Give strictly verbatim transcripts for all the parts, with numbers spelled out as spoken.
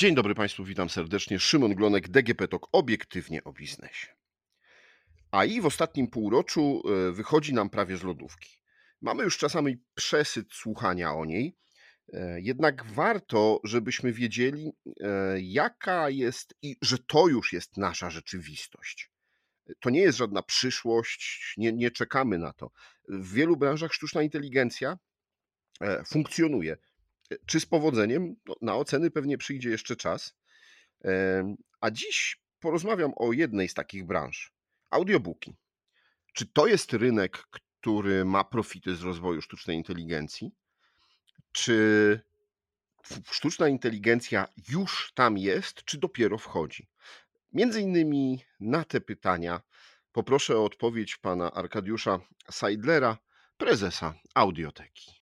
Dzień dobry Państwu, witam serdecznie. Szymon Glonek, D G P Talk, obiektywnie o biznesie. A i w ostatnim półroczu e, wychodzi nam prawie z lodówki. Mamy już czasami przesyt słuchania o niej, e, jednak warto, żebyśmy wiedzieli, e, jaka jest i że to już jest nasza rzeczywistość. To nie jest żadna przyszłość, nie, nie czekamy na to. W wielu branżach sztuczna inteligencja e, funkcjonuje. Czy z powodzeniem? No, na oceny pewnie przyjdzie jeszcze czas. Em, A dziś porozmawiam o jednej z takich branż. Audiobooki. Czy to jest rynek, który ma profity z rozwoju sztucznej inteligencji? Czy w- sztuczna inteligencja już tam jest, czy dopiero wchodzi? Między innymi na te pytania poproszę o odpowiedź pana Arkadiusza Seidlera, prezesa Audioteki.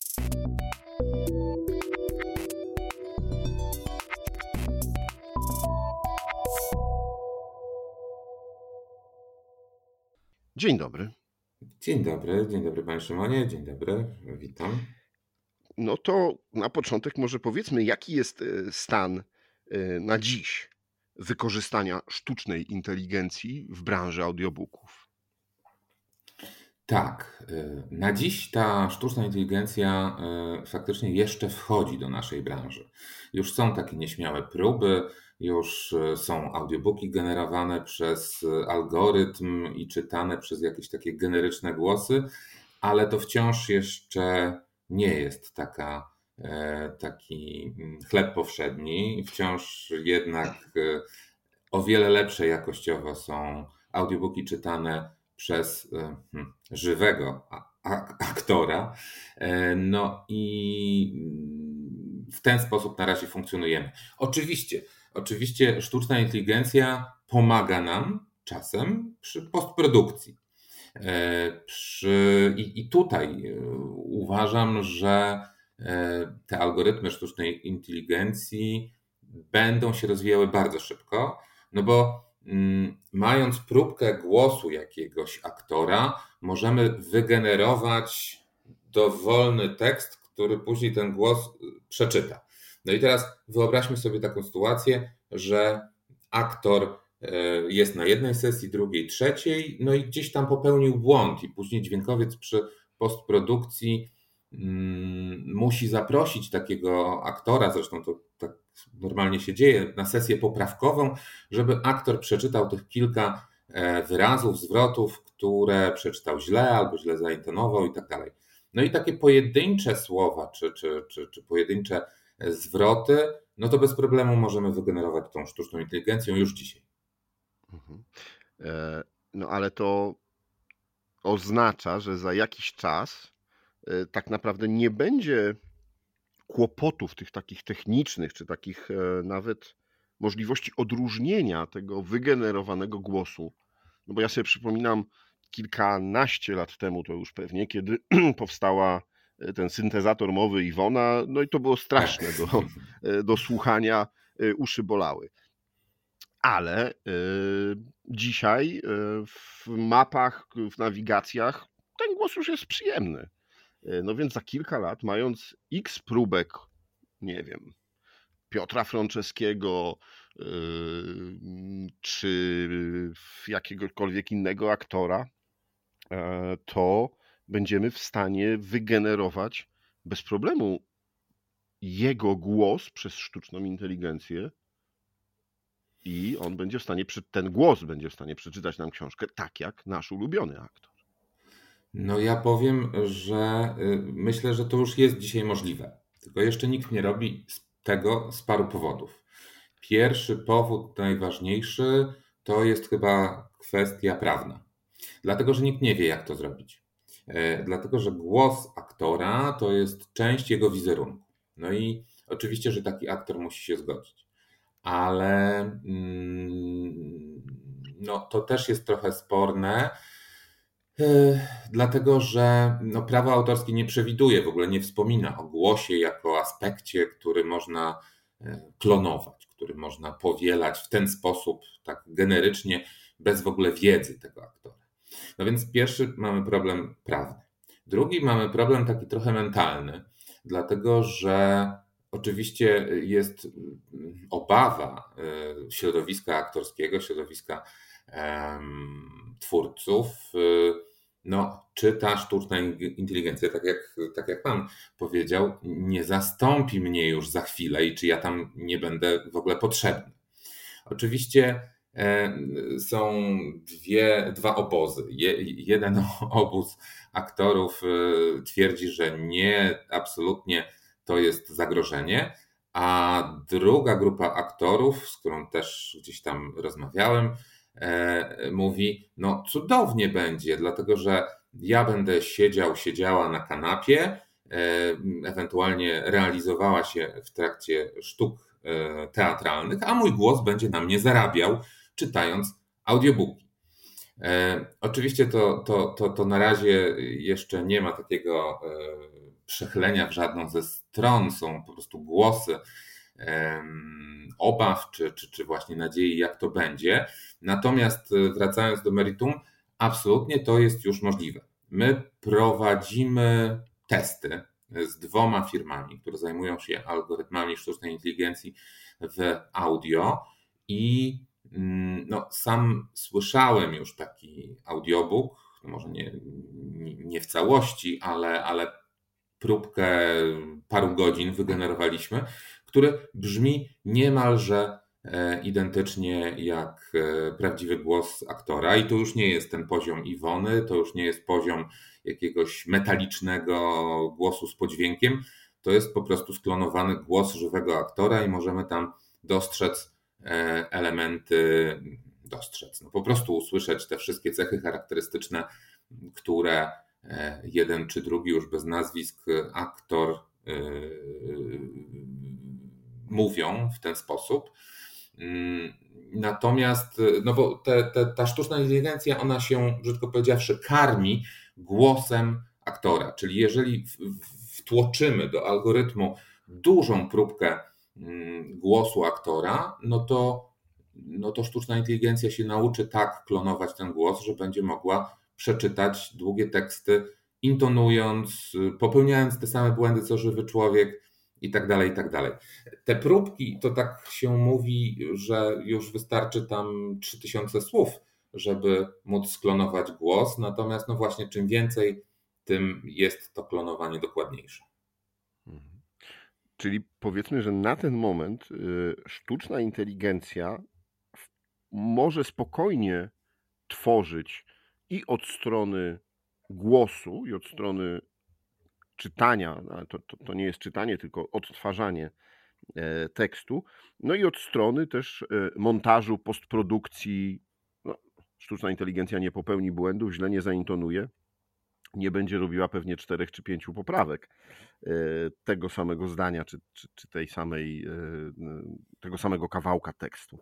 Dzień dobry. Dzień dobry, dzień dobry panie Szymonie, dzień dobry, witam. No to na początek może powiedzmy, jaki jest e, stan e, na dziś wykorzystania sztucznej inteligencji w branży audiobooków. Tak, y, na dziś ta sztuczna inteligencja y, faktycznie jeszcze wchodzi do naszej branży. Już są takie nieśmiałe próby, już y, są audiobooki generowane przez y, algorytm i czytane przez jakieś takie generyczne głosy, ale to wciąż jeszcze nie jest taka, e, taki mm, chleb powszedni. Wciąż jednak y, o wiele lepsze jakościowo są audiobooki czytane przez e, hmm, żywego a- a- aktora. E, No i mm, w ten sposób na razie funkcjonujemy. Oczywiście, oczywiście sztuczna inteligencja pomaga nam czasem przy postprodukcji. E, Przy, i, I tutaj e, uważam, że e, te algorytmy sztucznej inteligencji będą się rozwijały bardzo szybko, no bo mm, mając próbkę głosu jakiegoś aktora, możemy wygenerować dowolny tekst, który później ten głos przeczyta. No i teraz wyobraźmy sobie taką sytuację, że aktor jest na jednej sesji, drugiej, trzeciej, no i gdzieś tam popełnił błąd i później dźwiękowiec przy postprodukcji mm, musi zaprosić takiego aktora, zresztą to tak normalnie się dzieje, na sesję poprawkową, żeby aktor przeczytał tych kilka e, wyrazów, zwrotów, które przeczytał źle albo źle zaintonował i tak dalej. No i takie pojedyncze słowa czy, czy, czy, czy pojedyncze zwroty, no to bez problemu możemy wygenerować tą sztuczną inteligencją już dzisiaj. Mhm. E, No ale to oznacza, że za jakiś czas e, tak naprawdę nie będzie kłopotów tych takich technicznych, czy takich e, nawet możliwości odróżnienia tego wygenerowanego głosu. No bo ja sobie przypominam kilkanaście lat temu, to już pewnie, kiedy powstała e, ten syntezator mowy Iwona, no i to było Tak. straszne do, e, do słuchania, e, uszy bolały. Ale e, dzisiaj e, w mapach, w nawigacjach ten głos już jest przyjemny. E, No więc za kilka lat, mając x próbek, nie wiem, Piotra Franceskiego, yy, czy jakiegokolwiek innego aktora, e, to będziemy w stanie wygenerować bez problemu jego głos przez sztuczną inteligencję i on będzie w stanie, ten głos będzie w stanie przeczytać nam książkę tak jak nasz ulubiony aktor. No ja powiem, że y, myślę, że to już jest dzisiaj możliwe. Tylko jeszcze nikt nie robi z tego z paru powodów. Pierwszy powód, najważniejszy, to jest chyba kwestia prawna. Dlatego, że nikt nie wie, jak to zrobić. E, Dlatego, że głos aktora to jest część jego wizerunku. No i oczywiście, że taki aktor musi się zgodzić. Ale mm, no, to też jest trochę sporne. E, Dlatego, że no, prawo autorskie nie przewiduje, w ogóle nie wspomina o głosie jako aspekcie, który można e, klonować, który można powielać w ten sposób, tak generycznie, bez w ogóle wiedzy tego aktora. No więc pierwszy mamy problem prawny. Drugi mamy problem taki trochę mentalny, dlatego że oczywiście jest obawa środowiska aktorskiego, środowiska em, twórców, no, czy ta sztuczna inteligencja, tak jak, tak jak Pan powiedział, nie zastąpi mnie już za chwilę i czy ja tam nie będę w ogóle potrzebny. Oczywiście e, są dwie, dwa obozy. Je, jeden obóz aktorów e, twierdzi, że nie, absolutnie to jest zagrożenie, a druga grupa aktorów, z którą też gdzieś tam rozmawiałem, e, mówi, no cudownie będzie, dlatego że ja będę siedział, siedziała na kanapie, e, ewentualnie realizowała się w trakcie sztuk teatralnych, a mój głos będzie na mnie zarabiał, czytając audiobooki. E, oczywiście to, to, to, to na razie jeszcze nie ma takiego e, przechylenia w żadną ze stron, są po prostu głosy e, obaw, czy, czy, czy właśnie nadziei, jak to będzie. Natomiast wracając do meritum, absolutnie to jest już możliwe. My prowadzimy testy z dwoma firmami, które zajmują się algorytmami sztucznej inteligencji w audio i no, sam słyszałem już taki audiobook, może nie, nie w całości, ale, ale próbkę paru godzin wygenerowaliśmy, który brzmi niemalże identycznie jak prawdziwy głos aktora i to już nie jest ten poziom Iwony, to już nie jest poziom jakiegoś metalicznego głosu z podźwiękiem, to jest po prostu sklonowany głos żywego aktora i możemy tam dostrzec elementy, dostrzec, no po prostu usłyszeć te wszystkie cechy charakterystyczne, które jeden czy drugi już bez nazwisk aktor mówią w ten sposób. Natomiast, no bo te, te, ta sztuczna inteligencja, ona się, brzydko powiedziawszy, karmi głosem aktora. Czyli jeżeli wtłoczymy do algorytmu dużą próbkę głosu aktora, no to, no to sztuczna inteligencja się nauczy tak klonować ten głos, że będzie mogła przeczytać długie teksty, intonując, popełniając te same błędy co żywy człowiek i tak dalej, i tak dalej. Te próbki, to tak się mówi, że już wystarczy tam trzy tysiące słów, żeby móc sklonować głos, natomiast no właśnie czym więcej, tym jest to klonowanie dokładniejsze. Czyli powiedzmy, że na ten moment sztuczna inteligencja może spokojnie tworzyć i od strony głosu, i od strony czytania, to, to, to nie jest czytanie, tylko odtwarzanie tekstu, no i od strony też montażu, postprodukcji. No, sztuczna inteligencja nie popełni błędów, źle nie zaintonuje, nie będzie robiła pewnie czterech czy pięciu poprawek tego samego zdania, czy, czy, czy tej samej, tego samego kawałka tekstu.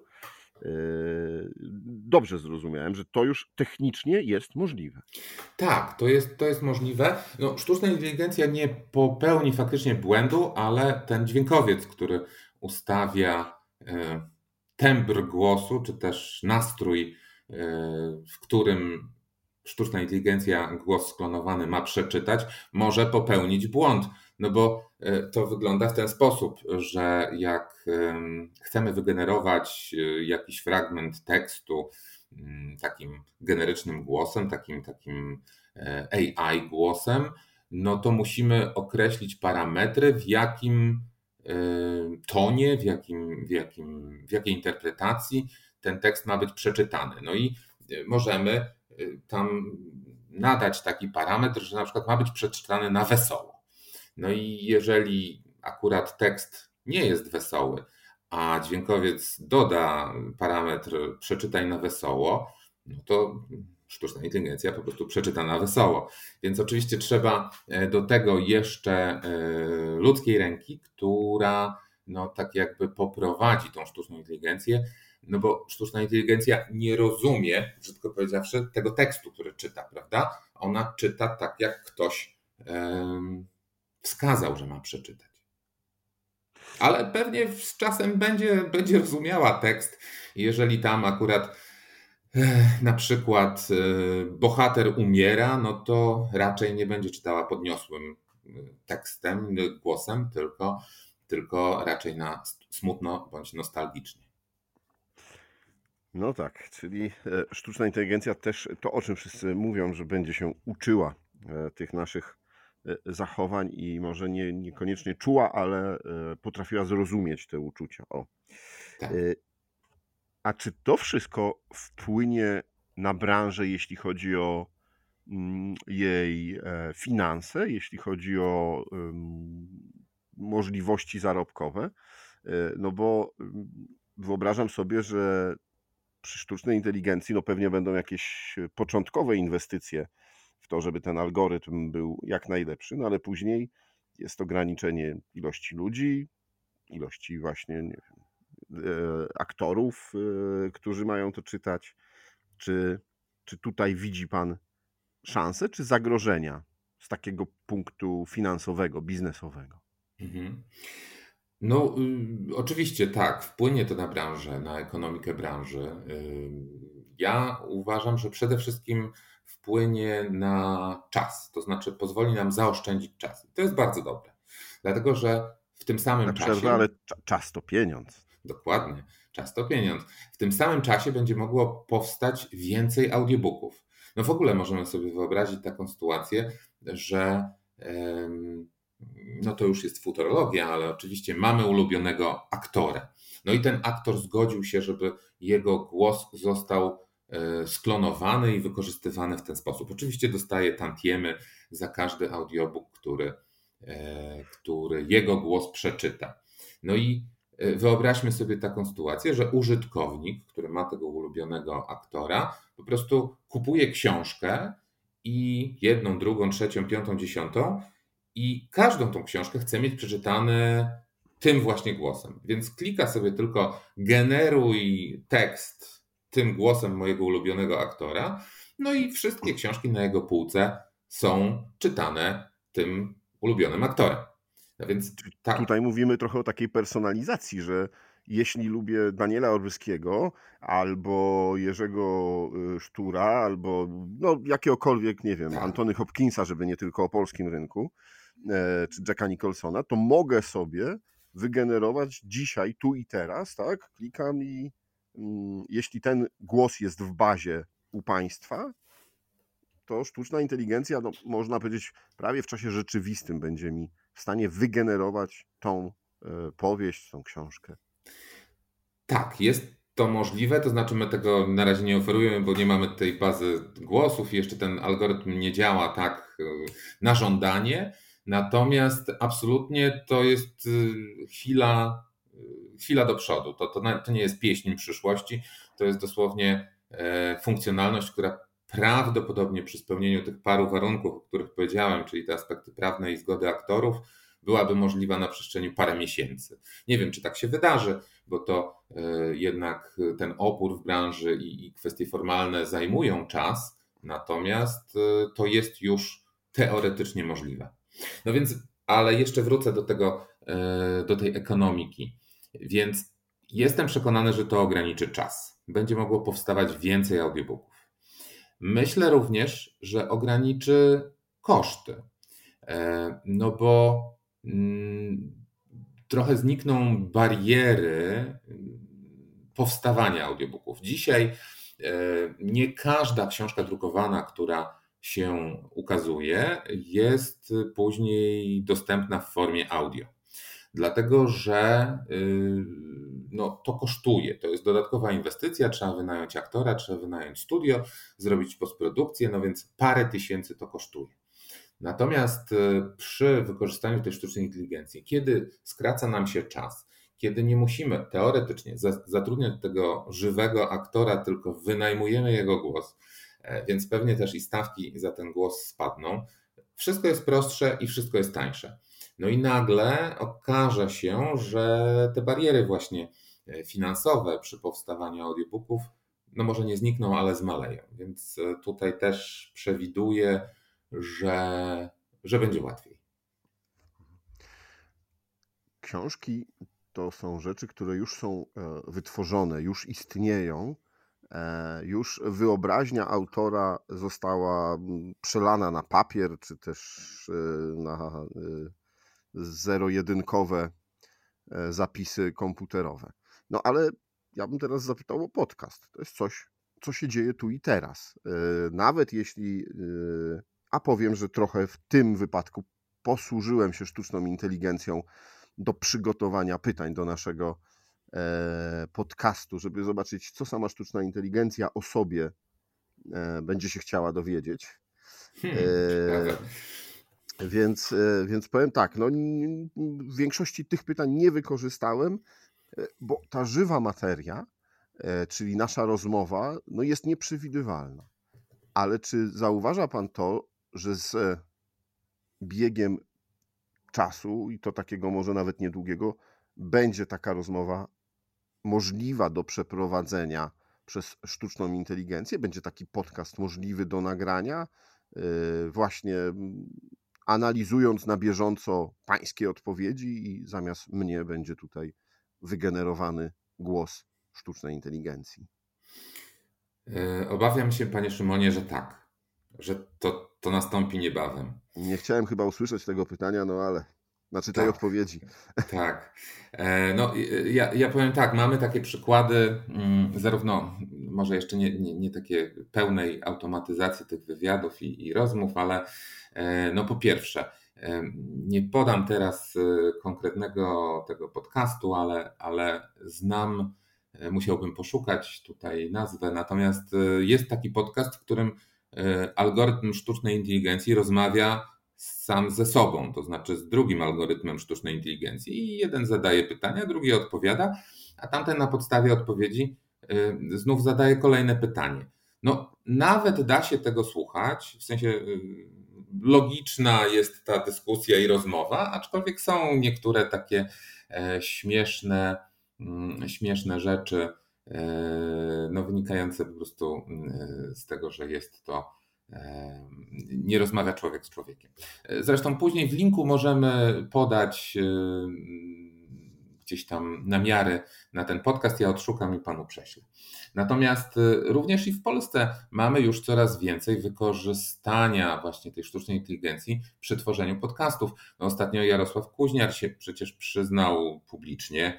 Dobrze zrozumiałem, że to już technicznie jest możliwe. Tak, to jest, to jest możliwe. No, sztuczna inteligencja nie popełni faktycznie błędu, ale ten dźwiękowiec, który ustawia tembr głosu, czy też nastrój, w którym sztuczna inteligencja głos sklonowany ma przeczytać, może popełnić błąd. No bo to wygląda w ten sposób, że jak chcemy wygenerować jakiś fragment tekstu takim generycznym głosem, takim, takim A I głosem, no to musimy określić parametry, w jakim tonie, w, jakim, w, jakim, w jakiej interpretacji ten tekst ma być przeczytany. No i możemy tam nadać taki parametr, że na przykład ma być przeczytany na wesoło. No i jeżeli akurat tekst nie jest wesoły, a dźwiękowiec doda parametr przeczytaj na wesoło, no to sztuczna inteligencja po prostu przeczyta na wesoło. Więc oczywiście trzeba do tego jeszcze ludzkiej ręki, która no tak jakby poprowadzi tą sztuczną inteligencję, no bo sztuczna inteligencja nie rozumie, brzydko powiedziawszy, tego tekstu, który czyta, prawda? Ona czyta tak, jak ktoś um, wskazał, że ma przeczytać. Ale pewnie z czasem będzie, będzie rozumiała tekst, jeżeli tam akurat na przykład bohater umiera, no to raczej nie będzie czytała podniosłym tekstem, głosem, tylko, tylko raczej na smutno bądź nostalgicznie. No tak, czyli e, sztuczna inteligencja też to, o czym wszyscy mówią, że będzie się uczyła e, tych naszych e, zachowań i może nie, niekoniecznie czuła, ale e, potrafiła zrozumieć te uczucia. O. Tak. E, A czy to wszystko wpłynie na branżę, jeśli chodzi o mm, jej e, finanse, jeśli chodzi o ym, możliwości zarobkowe? E, No bo ym, wyobrażam sobie, że przy sztucznej inteligencji no pewnie będą jakieś początkowe inwestycje w to, żeby ten algorytm był jak najlepszy, no ale później jest ograniczenie ilości ludzi, ilości właśnie nie wiem, e, aktorów, e, którzy mają to czytać. Czy, czy tutaj widzi Pan szansę czy zagrożenia z takiego punktu finansowego, biznesowego? Mhm. No, y, oczywiście tak, wpłynie to na branżę, na ekonomikę branży. Y, Ja uważam, że przede wszystkim wpłynie na czas, to znaczy pozwoli nam zaoszczędzić czas. I to jest bardzo dobre, dlatego że w tym samym Na przerwę, czasie, ale cza- czas to pieniądz. dokładnie, czas to pieniądz, w tym samym czasie będzie mogło powstać więcej audiobooków. No w ogóle możemy sobie wyobrazić taką sytuację, że em, no to już jest futurologia, ale oczywiście mamy ulubionego aktora. No i ten aktor zgodził się, żeby jego głos został e, sklonowany i wykorzystywany w ten sposób. Oczywiście dostaje tantiemy za każdy audiobook, który, e, który jego głos przeczyta. No i e, wyobraźmy sobie taką sytuację, że użytkownik, który ma tego ulubionego aktora, po prostu kupuje książkę i jedną, drugą, trzecią, piątą, dziesiątą i każdą tą książkę chce mieć przeczytany tym właśnie głosem. Więc klika sobie tylko generuj tekst tym głosem mojego ulubionego aktora, no i wszystkie książki na jego półce są czytane tym ulubionym aktorem. No więc tak, Tutaj mówimy trochę o takiej personalizacji, że jeśli lubię Daniela Orbyskiego albo Jerzego y, Sztura, albo no, jakiegokolwiek, nie wiem, tak. Antony Hopkinsa, żeby nie tylko o polskim rynku, e, czy Jacka Nicholsona, to mogę sobie wygenerować dzisiaj, tu i teraz, tak? Klikam i mm, jeśli ten głos jest w bazie u państwa, to sztuczna inteligencja, no, można powiedzieć, prawie w czasie rzeczywistym będzie mi w stanie wygenerować tą e, powieść, tą książkę. Tak, jest to możliwe, to znaczy my tego na razie nie oferujemy, bo nie mamy tej bazy głosów i jeszcze ten algorytm nie działa tak y, na żądanie. Natomiast absolutnie to jest y, chwila, y, chwila do przodu. To, to, na- to nie jest pieśń przyszłości, to jest dosłownie e, funkcjonalność, która prawdopodobnie przy spełnieniu tych paru warunków, o których powiedziałem, czyli te aspekty prawne i zgody aktorów, byłaby możliwa na przestrzeni parę miesięcy. Nie wiem, czy tak się wydarzy, bo to e, jednak ten opór w branży i, i kwestie formalne zajmują czas, natomiast e, to jest już teoretycznie możliwe. No więc, ale jeszcze wrócę do tego, e, do tej ekonomiki. Więc jestem przekonany, że to ograniczy czas. Będzie mogło powstawać więcej audiobooków. Myślę również, że ograniczy koszty. E, No bo mm, trochę znikną bariery powstawania audiobooków. Dzisiaj e, nie każda książka drukowana, która się ukazuje, jest później dostępna w formie audio. Dlatego, że y, no, to kosztuje. To jest dodatkowa inwestycja, trzeba wynająć aktora, trzeba wynająć studio, zrobić postprodukcję, no więc parę tysięcy to kosztuje. Natomiast y, przy wykorzystaniu tej sztucznej inteligencji, kiedy skraca nam się czas, kiedy nie musimy teoretycznie za- zatrudniać tego żywego aktora, tylko wynajmujemy jego głos, e, więc pewnie też i stawki za ten głos spadną, wszystko jest prostsze i wszystko jest tańsze. No i nagle okaże się, że te bariery właśnie e, finansowe przy powstawaniu audiobooków, no może nie znikną, ale zmaleją. Więc e, tutaj też przewiduję, że, że będzie łatwiej. Książki to są rzeczy, które już są e, wytworzone, już istnieją, e, już wyobraźnia autora została mm, przelana na papier, czy też e, na e, zero-jedynkowe zapisy komputerowe. No ale ja bym teraz zapytał o podcast. To jest coś, co się dzieje tu i teraz. Nawet jeśli, a powiem, że trochę w tym wypadku posłużyłem się sztuczną inteligencją do przygotowania pytań do naszego podcastu, żeby zobaczyć, co sama sztuczna inteligencja o sobie będzie się chciała dowiedzieć. Hmm, ciekawe. Więc, więc powiem tak, no, w większości tych pytań nie wykorzystałem, bo ta żywa materia, czyli nasza rozmowa, no jest nieprzewidywalna. Ale czy zauważa pan to, że z biegiem czasu, i to takiego może nawet niedługiego, będzie taka rozmowa możliwa do przeprowadzenia przez sztuczną inteligencję? Będzie taki podcast możliwy do nagrania, właśnie analizując na bieżąco pańskie odpowiedzi i zamiast mnie będzie tutaj wygenerowany głos sztucznej inteligencji? Obawiam się, panie Szymonie, że tak, że to, to nastąpi niebawem. Nie chciałem chyba usłyszeć tego pytania, no ale znaczy tej tak, odpowiedzi. Tak. No, ja, ja powiem tak, mamy takie przykłady, zarówno może jeszcze nie, nie, nie takie pełnej automatyzacji tych wywiadów i, i rozmów, ale no po pierwsze, nie podam teraz konkretnego tego podcastu, ale, ale znam, musiałbym poszukać tutaj nazwę, natomiast jest taki podcast, w którym algorytm sztucznej inteligencji rozmawia sam ze sobą, to znaczy z drugim algorytmem sztucznej inteligencji i jeden zadaje pytania, drugi odpowiada, a tamten na podstawie odpowiedzi znów zadaje kolejne pytanie. No nawet da się tego słuchać, w sensie logiczna jest ta dyskusja i rozmowa, aczkolwiek są niektóre takie śmieszne, śmieszne rzeczy, no wynikające po prostu z tego, że jest to nie rozmawia człowiek z człowiekiem. Zresztą później w linku możemy podać gdzieś tam namiary na ten podcast, ja odszukam i panu prześlę. Natomiast również i w Polsce mamy już coraz więcej wykorzystania właśnie tej sztucznej inteligencji przy tworzeniu podcastów. No ostatnio Jarosław Kuźniar się przecież przyznał publicznie,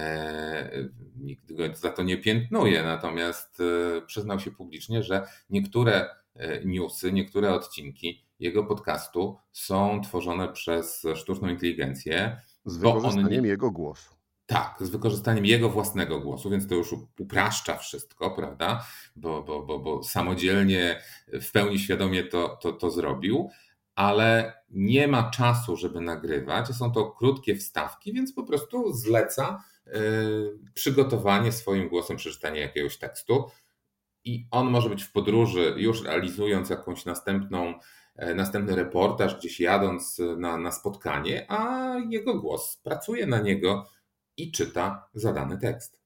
nikt go za to nie piętnuje, natomiast przyznał się publicznie, że niektóre newsy, niektóre odcinki jego podcastu są tworzone przez sztuczną inteligencję. Z wykorzystaniem nie... jego głosu. Tak, z wykorzystaniem jego własnego głosu, więc to już upraszcza wszystko, prawda? Bo, bo, bo, bo samodzielnie, w pełni świadomie to, to, to zrobił, ale nie ma czasu, żeby nagrywać. Są to krótkie wstawki, więc po prostu zleca yy, przygotowanie swoim głosem przeczytania jakiegoś tekstu. I on może być w podróży, już realizując jakąś następną, następny reportaż, gdzieś jadąc na, na spotkanie, a jego głos pracuje na niego i czyta zadany tekst.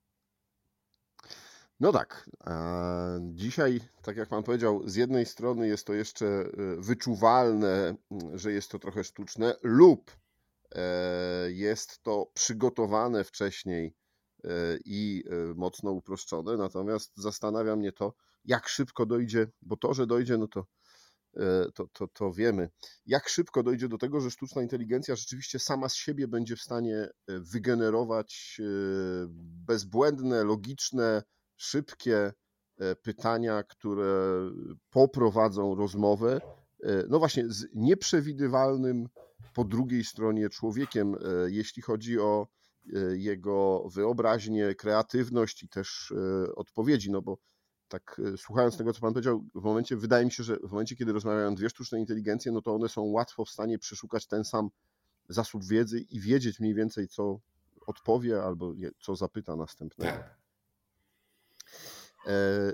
No tak. Dzisiaj, tak jak pan powiedział, z jednej strony jest to jeszcze wyczuwalne, że jest to trochę sztuczne, lub jest to przygotowane wcześniej i mocno uproszczone, natomiast zastanawia mnie to, jak szybko dojdzie, bo to, że dojdzie, no to, to, to, to wiemy, jak szybko dojdzie do tego, że sztuczna inteligencja rzeczywiście sama z siebie będzie w stanie wygenerować bezbłędne, logiczne, szybkie pytania, które poprowadzą rozmowę, no właśnie z nieprzewidywalnym po drugiej stronie człowiekiem, jeśli chodzi o jego wyobraźnię, kreatywność i też odpowiedzi, no bo tak słuchając tego, co pan powiedział, w momencie, wydaje mi się, że w momencie, kiedy rozmawiają dwie sztuczne inteligencje, no to one są łatwo w stanie przeszukać ten sam zasób wiedzy i wiedzieć mniej więcej, co odpowie albo co zapyta następnego. E,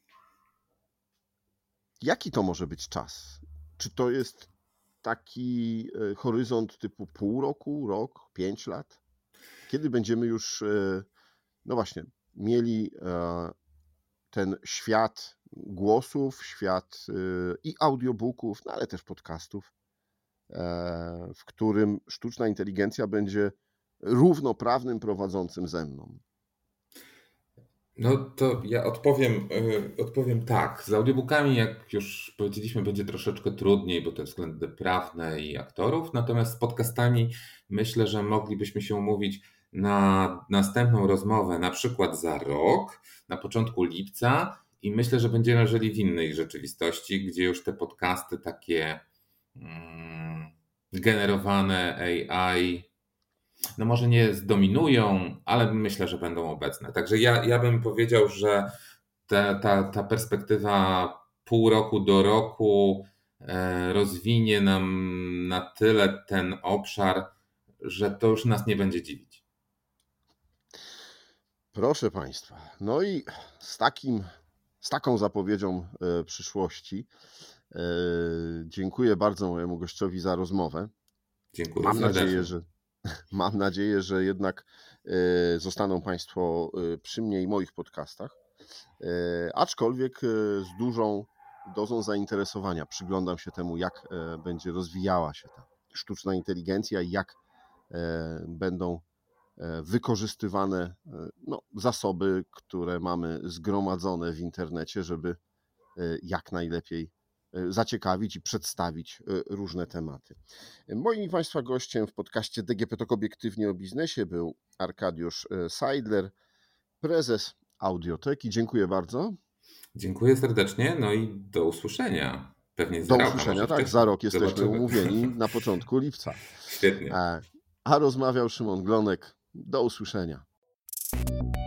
jaki to może być czas? Czy to jest taki horyzont typu pół roku, rok, pięć lat? Kiedy będziemy już, no właśnie, mieli ten świat głosów, świat i audiobooków, no ale też podcastów, w którym sztuczna inteligencja będzie równoprawnym prowadzącym ze mną? No to ja odpowiem, y, odpowiem tak. Z audiobookami, jak już powiedzieliśmy, będzie troszeczkę trudniej, bo te względy prawne i aktorów. Natomiast z podcastami myślę, że moglibyśmy się umówić na następną rozmowę, na przykład za rok, na początku lipca. I myślę, że będziemy żyli w innej rzeczywistości, gdzie już te podcasty takie mm, generowane A I, no może nie zdominują, ale myślę, że będą obecne. Także ja, ja bym powiedział, że ta, ta, ta perspektywa pół roku do roku e, rozwinie nam na tyle ten obszar, że to już nas nie będzie dziwić. Proszę Państwa, no i z takim, z taką zapowiedzią e, przyszłości e, dziękuję bardzo mojemu gościowi za rozmowę. Dziękuję Mam serdecznie. nadzieję, że Mam nadzieję, że jednak e, zostaną Państwo e, przy mnie i moich podcastach, e, aczkolwiek e, z dużą dozą zainteresowania przyglądam się temu, jak e, będzie rozwijała się ta sztuczna inteligencja i jak e, będą e, wykorzystywane e, no, zasoby, które mamy zgromadzone w internecie, żeby e, jak najlepiej e, zaciekawić i przedstawić e, różne tematy. Moim i Państwa gościem w podcaście D G P Talk Obiektywnie o Biznesie był Arkadiusz e, Seidler, prezes Audioteki. Dziękuję bardzo. Dziękuję serdecznie, no i do usłyszenia. Pewnie za Do rok, a usłyszenia, może tak, wcześniej. za rok jesteśmy Zobaczymy. umówieni na początku lipca. Świetnie. A rozmawiał Szymon Glonek. Do usłyszenia.